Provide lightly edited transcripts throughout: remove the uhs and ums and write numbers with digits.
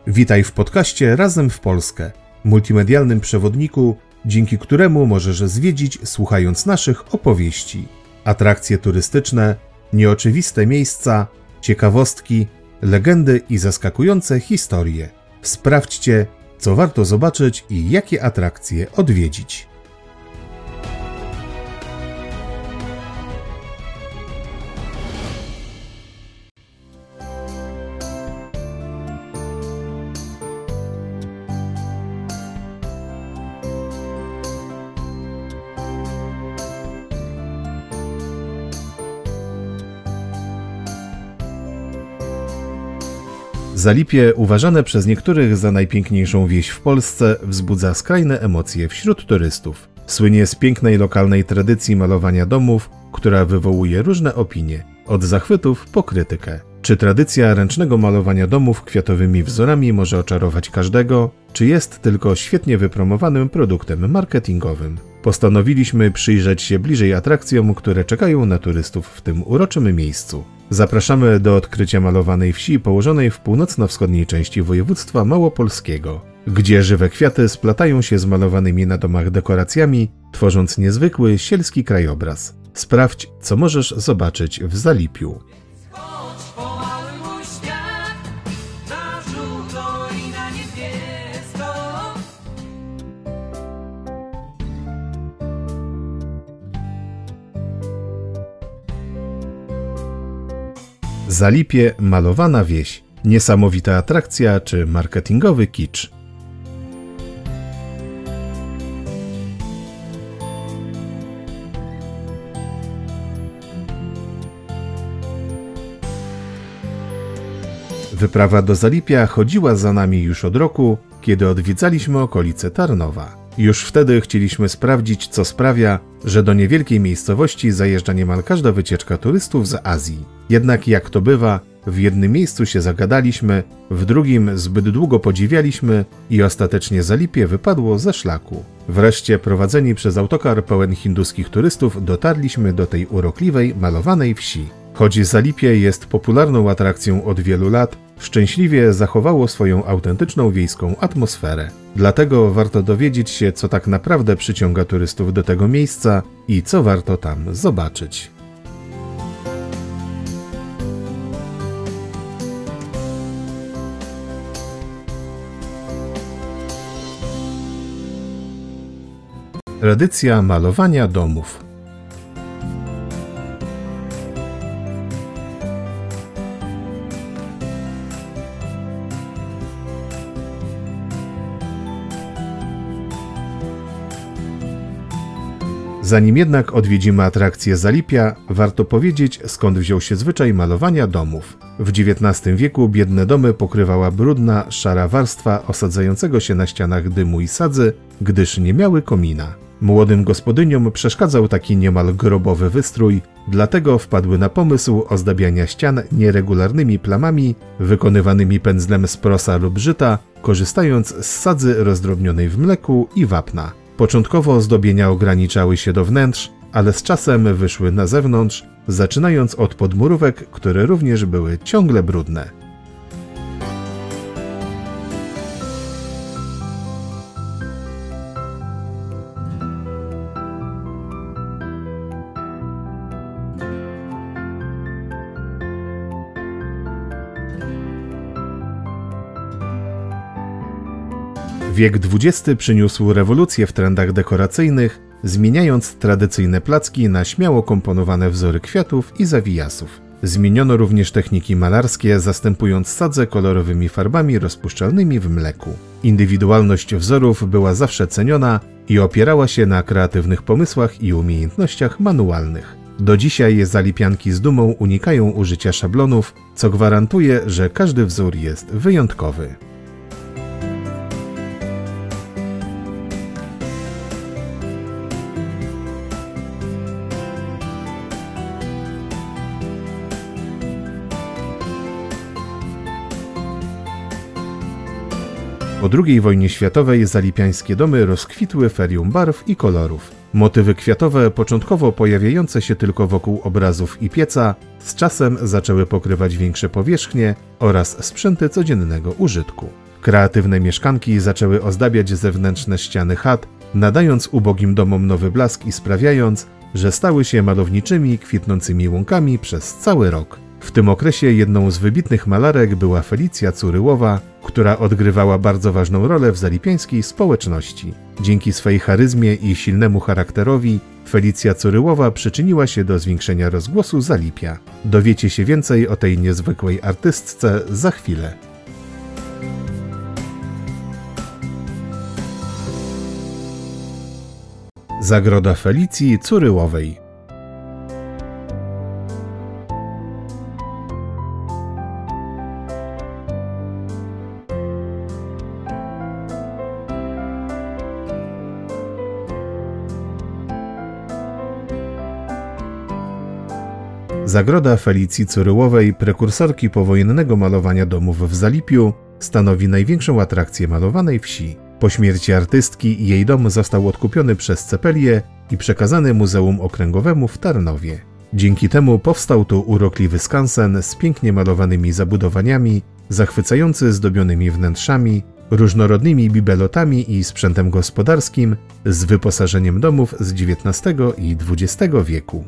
Witaj w podcaście Razem w Polskę, multimedialnym przewodniku, dzięki któremu możesz zwiedzić, słuchając naszych opowieści. Atrakcje turystyczne, nieoczywiste miejsca, ciekawostki, legendy i zaskakujące historie. Sprawdźcie, co warto zobaczyć i jakie atrakcje odwiedzić. Zalipie, uważane przez niektórych za najpiękniejszą wieś w Polsce, wzbudza skrajne emocje wśród turystów. Słynie z pięknej lokalnej tradycji malowania domów, która wywołuje różne opinie, od zachwytów po krytykę. Czy tradycja ręcznego malowania domów kwiatowymi wzorami może oczarować każdego, czy jest tylko świetnie wypromowanym produktem marketingowym? Postanowiliśmy przyjrzeć się bliżej atrakcjom, które czekają na turystów w tym uroczym miejscu. Zapraszamy do odkrycia malowanej wsi położonej w północno-wschodniej części województwa małopolskiego, gdzie żywe kwiaty splatają się z malowanymi na domach dekoracjami, tworząc niezwykły sielski krajobraz. Sprawdź, co możesz zobaczyć w Zalipiu. Zalipie, malowana wieś. Niesamowita atrakcja czy marketingowy kicz? Wyprawa do Zalipia chodziła za nami już od roku, kiedy odwiedzaliśmy okolice Tarnowa. Już wtedy chcieliśmy sprawdzić, co sprawia, że do niewielkiej miejscowości zajeżdża niemal każda wycieczka turystów z Azji. Jednak jak to bywa, w jednym miejscu się zagadaliśmy, w drugim zbyt długo podziwialiśmy i ostatecznie Zalipie wypadło ze szlaku. Wreszcie, prowadzeni przez autokar pełen hinduskich turystów, dotarliśmy do tej urokliwej, malowanej wsi. Choć Zalipie jest popularną atrakcją od wielu lat, szczęśliwie zachowało swoją autentyczną wiejską atmosferę. Dlatego warto dowiedzieć się, co tak naprawdę przyciąga turystów do tego miejsca i co warto tam zobaczyć. Tradycja malowania domów. Zanim jednak odwiedzimy atrakcję Zalipia, warto powiedzieć, skąd wziął się zwyczaj malowania domów. W XIX wieku biedne domy pokrywała brudna, szara warstwa osadzającego się na ścianach dymu i sadzy, gdyż nie miały komina. Młodym gospodyniom przeszkadzał taki niemal grobowy wystrój, dlatego wpadły na pomysł ozdabiania ścian nieregularnymi plamami wykonywanymi pędzlem z prosa lub żyta, korzystając z sadzy rozdrobnionej w mleku i wapna. Początkowo ozdobienia ograniczały się do wnętrz, ale z czasem wyszły na zewnątrz, zaczynając od podmurówek, które również były ciągle brudne. Wiek XX przyniósł rewolucję w trendach dekoracyjnych, zmieniając tradycyjne placki na śmiało komponowane wzory kwiatów i zawijasów. Zmieniono również techniki malarskie, zastępując sadzę kolorowymi farbami rozpuszczalnymi w mleku. Indywidualność wzorów była zawsze ceniona i opierała się na kreatywnych pomysłach i umiejętnościach manualnych. Do dzisiaj zalipianki z dumą unikają użycia szablonów, co gwarantuje, że każdy wzór jest wyjątkowy. Po II wojnie światowej zalipiańskie domy rozkwitły ferią barw i kolorów. Motywy kwiatowe, początkowo pojawiające się tylko wokół obrazów i pieca, z czasem zaczęły pokrywać większe powierzchnie oraz sprzęty codziennego użytku. Kreatywne mieszkanki zaczęły ozdabiać zewnętrzne ściany chat, nadając ubogim domom nowy blask i sprawiając, że stały się malowniczymi, kwitnącymi łąkami przez cały rok. W tym okresie jedną z wybitnych malarek była Felicja Curyłowa, która odgrywała bardzo ważną rolę w zalipiańskiej społeczności. Dzięki swej charyzmie i silnemu charakterowi Felicja Curyłowa przyczyniła się do zwiększenia rozgłosu Zalipia. Dowiecie się więcej o tej niezwykłej artystce za chwilę. Zagroda Felicji Curyłowej. Zagroda Felicji Curyłowej, prekursorki powojennego malowania domów w Zalipiu, stanowi największą atrakcję malowanej wsi. Po śmierci artystki jej dom został odkupiony przez Cepelię i przekazany Muzeum Okręgowemu w Tarnowie. Dzięki temu powstał tu urokliwy skansen z pięknie malowanymi zabudowaniami, zachwycający zdobionymi wnętrzami, różnorodnymi bibelotami i sprzętem gospodarskim, z wyposażeniem domów z XIX i XX wieku.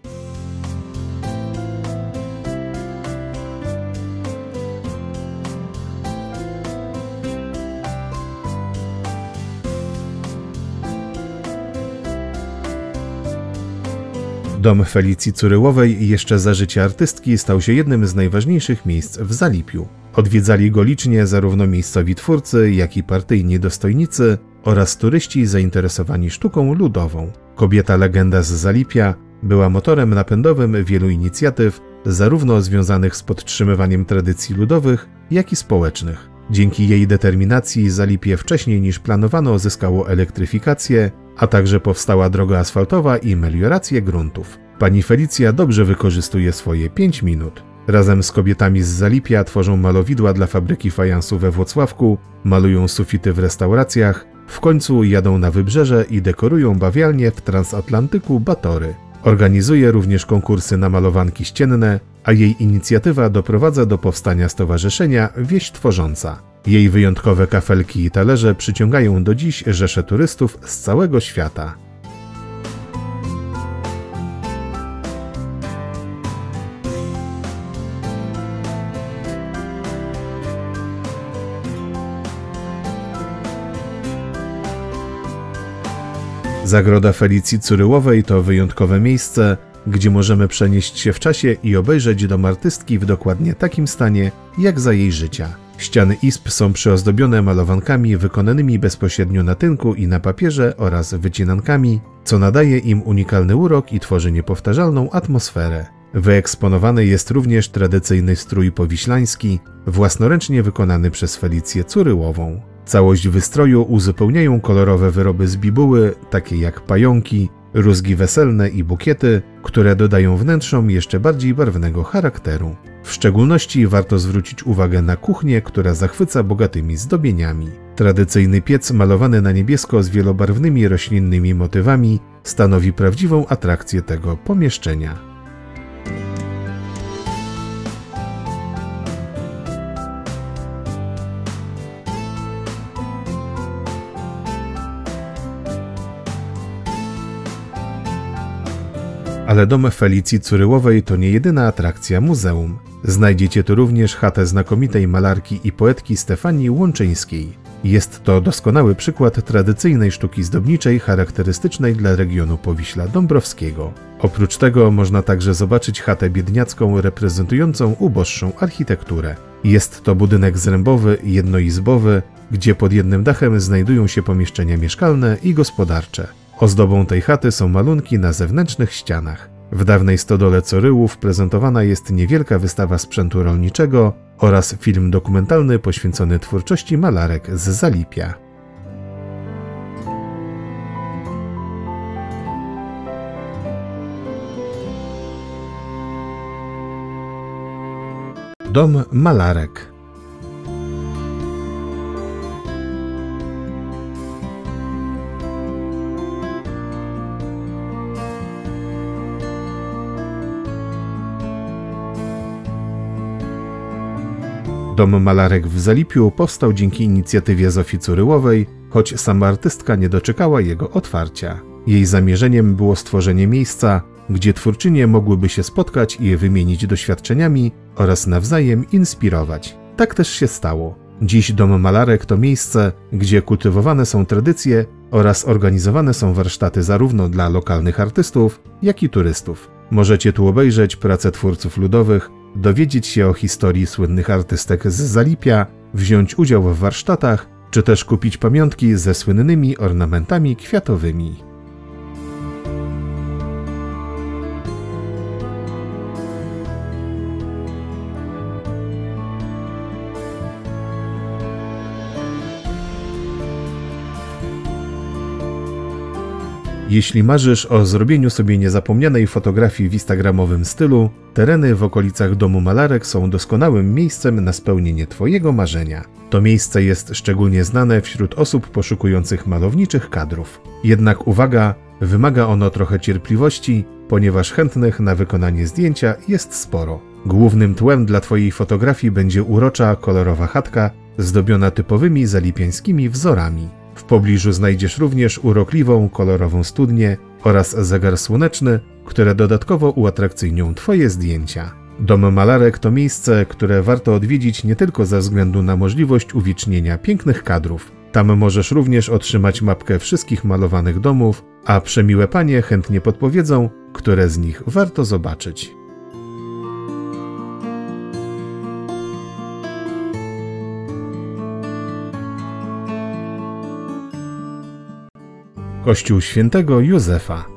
Dom Felicji Curyłowej jeszcze za życia artystki stał się jednym z najważniejszych miejsc w Zalipiu. Odwiedzali go licznie zarówno miejscowi twórcy, jak i partyjni dostojnicy oraz turyści zainteresowani sztuką ludową. Kobieta legenda z Zalipia była motorem napędowym wielu inicjatyw, zarówno związanych z podtrzymywaniem tradycji ludowych, jak i społecznych. Dzięki jej determinacji Zalipie wcześniej niż planowano zyskało elektryfikację, a także powstała droga asfaltowa i meliorację gruntów. Pani Felicja dobrze wykorzystuje swoje 5 minut. Razem z kobietami z Zalipia tworzą malowidła dla fabryki fajansu we Włocławku, malują sufity w restauracjach, w końcu jadą na wybrzeże i dekorują bawialnie w Transatlantyku Batory. Organizuje również konkursy na malowanki ścienne, a jej inicjatywa doprowadza do powstania stowarzyszenia Wieś Tworząca. Jej wyjątkowe kafelki i talerze przyciągają do dziś rzesze turystów z całego świata. Zagroda Felicji Curyłowej to wyjątkowe miejsce, gdzie możemy przenieść się w czasie i obejrzeć dom artystki w dokładnie takim stanie, jak za jej życia. Ściany izb są przyozdobione malowankami wykonanymi bezpośrednio na tynku i na papierze oraz wycinankami, co nadaje im unikalny urok i tworzy niepowtarzalną atmosferę. Wyeksponowany jest również tradycyjny strój powiślański, własnoręcznie wykonany przez Felicję Curyłową. Całość wystroju uzupełniają kolorowe wyroby z bibuły, takie jak pająki, rózgi weselne i bukiety, które dodają wnętrzom jeszcze bardziej barwnego charakteru. W szczególności warto zwrócić uwagę na kuchnię, która zachwyca bogatymi zdobieniami. Tradycyjny piec malowany na niebiesko z wielobarwnymi roślinnymi motywami stanowi prawdziwą atrakcję tego pomieszczenia. Ale dom Felicji Curyłowej to nie jedyna atrakcja muzeum. Znajdziecie tu również chatę znakomitej malarki i poetki Stefanii Łączyńskiej. Jest to doskonały przykład tradycyjnej sztuki zdobniczej charakterystycznej dla regionu Powiśla Dąbrowskiego. Oprócz tego można także zobaczyć chatę biedniacką reprezentującą uboższą architekturę. Jest to budynek zrębowy, jednoizbowy, gdzie pod jednym dachem znajdują się pomieszczenia mieszkalne i gospodarcze. Ozdobą tej chaty są malunki na zewnętrznych ścianach. W dawnej stodole Coryłów prezentowana jest niewielka wystawa sprzętu rolniczego oraz film dokumentalny poświęcony twórczości malarek z Zalipia. Dom malarek. Dom malarek w Zalipiu powstał dzięki inicjatywie Zofii Curyłowej, choć sama artystka nie doczekała jego otwarcia. Jej zamierzeniem było stworzenie miejsca, gdzie twórczynie mogłyby się spotkać i wymienić doświadczeniami oraz nawzajem inspirować. Tak też się stało. Dziś Dom Malarek to miejsce, gdzie kultywowane są tradycje oraz organizowane są warsztaty zarówno dla lokalnych artystów, jak i turystów. Możecie tu obejrzeć prace twórców ludowych, dowiedzieć się o historii słynnych artystek z Zalipia, wziąć udział w warsztatach, czy też kupić pamiątki ze słynnymi ornamentami kwiatowymi. Jeśli marzysz o zrobieniu sobie niezapomnianej fotografii w instagramowym stylu, tereny w okolicach Domu Malarek są doskonałym miejscem na spełnienie Twojego marzenia. To miejsce jest szczególnie znane wśród osób poszukujących malowniczych kadrów. Jednak uwaga, wymaga ono trochę cierpliwości, ponieważ chętnych na wykonanie zdjęcia jest sporo. Głównym tłem dla Twojej fotografii będzie urocza, kolorowa chatka, zdobiona typowymi zalipiańskimi wzorami. W pobliżu znajdziesz również urokliwą, kolorową studnię oraz zegar słoneczny, które dodatkowo uatrakcyjnią Twoje zdjęcia. Dom Malarek to miejsce, które warto odwiedzić nie tylko ze względu na możliwość uwiecznienia pięknych kadrów. Tam możesz również otrzymać mapkę wszystkich malowanych domów, a przemiłe panie chętnie podpowiedzą, które z nich warto zobaczyć. Kościół Świętego Józefa.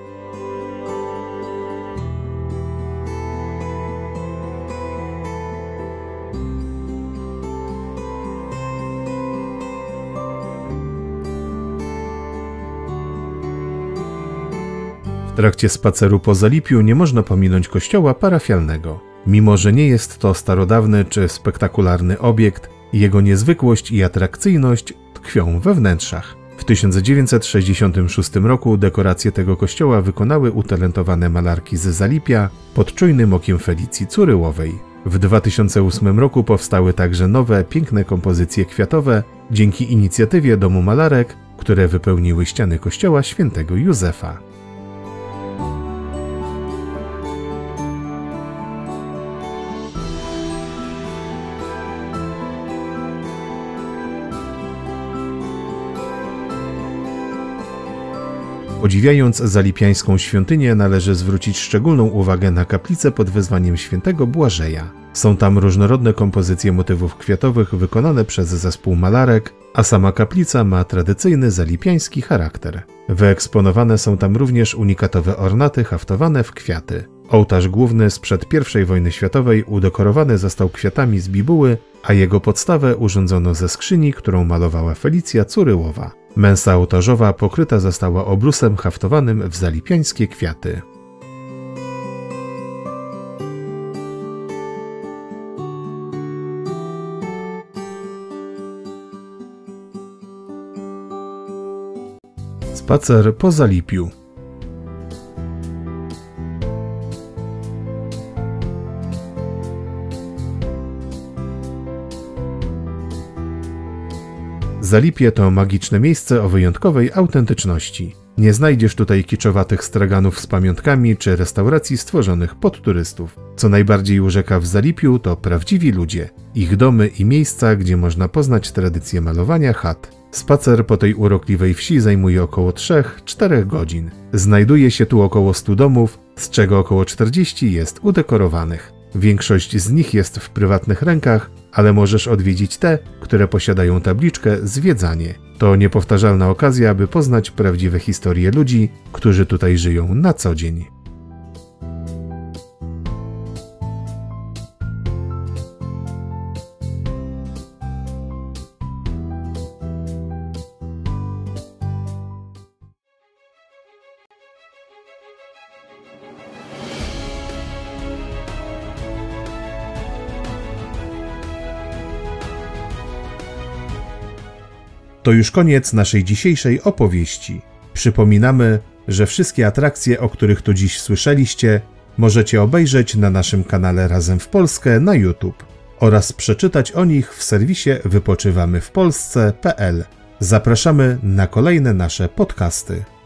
W trakcie spaceru po Zalipiu nie można pominąć kościoła parafialnego. Mimo że nie jest to starodawny czy spektakularny obiekt, jego niezwykłość i atrakcyjność tkwią we wnętrzach. W 1966 roku dekoracje tego kościoła wykonały utalentowane malarki z Zalipia pod czujnym okiem Felicji Curyłowej. W 2008 roku powstały także nowe, piękne kompozycje kwiatowe dzięki inicjatywie Domu Malarek, które wypełniły ściany kościoła Świętego Józefa. Podziwiając zalipiańską świątynię, należy zwrócić szczególną uwagę na kaplicę pod wezwaniem Świętego Błażeja. Są tam różnorodne kompozycje motywów kwiatowych wykonane przez zespół malarek, a sama kaplica ma tradycyjny zalipiański charakter. Wyeksponowane są tam również unikatowe ornaty haftowane w kwiaty. Ołtarz główny sprzed I wojny światowej udekorowany został kwiatami z bibuły, a jego podstawę urządzono ze skrzyni, którą malowała Felicja Curyłowa. Mensa ołtarzowa pokryta została obrusem haftowanym w zalipiańskie kwiaty. Spacer po Zalipiu. Zalipie to magiczne miejsce o wyjątkowej autentyczności. Nie znajdziesz tutaj kiczowatych straganów z pamiątkami czy restauracji stworzonych pod turystów. Co najbardziej urzeka w Zalipiu to prawdziwi ludzie, ich domy i miejsca, gdzie można poznać tradycję malowania chat. Spacer po tej urokliwej wsi zajmuje około 3–4 godzin. Znajduje się tu około 100 domów, z czego około 40 jest udekorowanych. Większość z nich jest w prywatnych rękach, ale możesz odwiedzić te, które posiadają tabliczkę „Zwiedzanie”. To niepowtarzalna okazja, by poznać prawdziwe historie ludzi, którzy tutaj żyją na co dzień. To już koniec naszej dzisiejszej opowieści. Przypominamy, że wszystkie atrakcje, o których tu dziś słyszeliście, możecie obejrzeć na naszym kanale Razem w Polskę na YouTube. oraz przeczytać o nich w serwisie wypoczywamywpolsce.pl. Zapraszamy na kolejne nasze podcasty.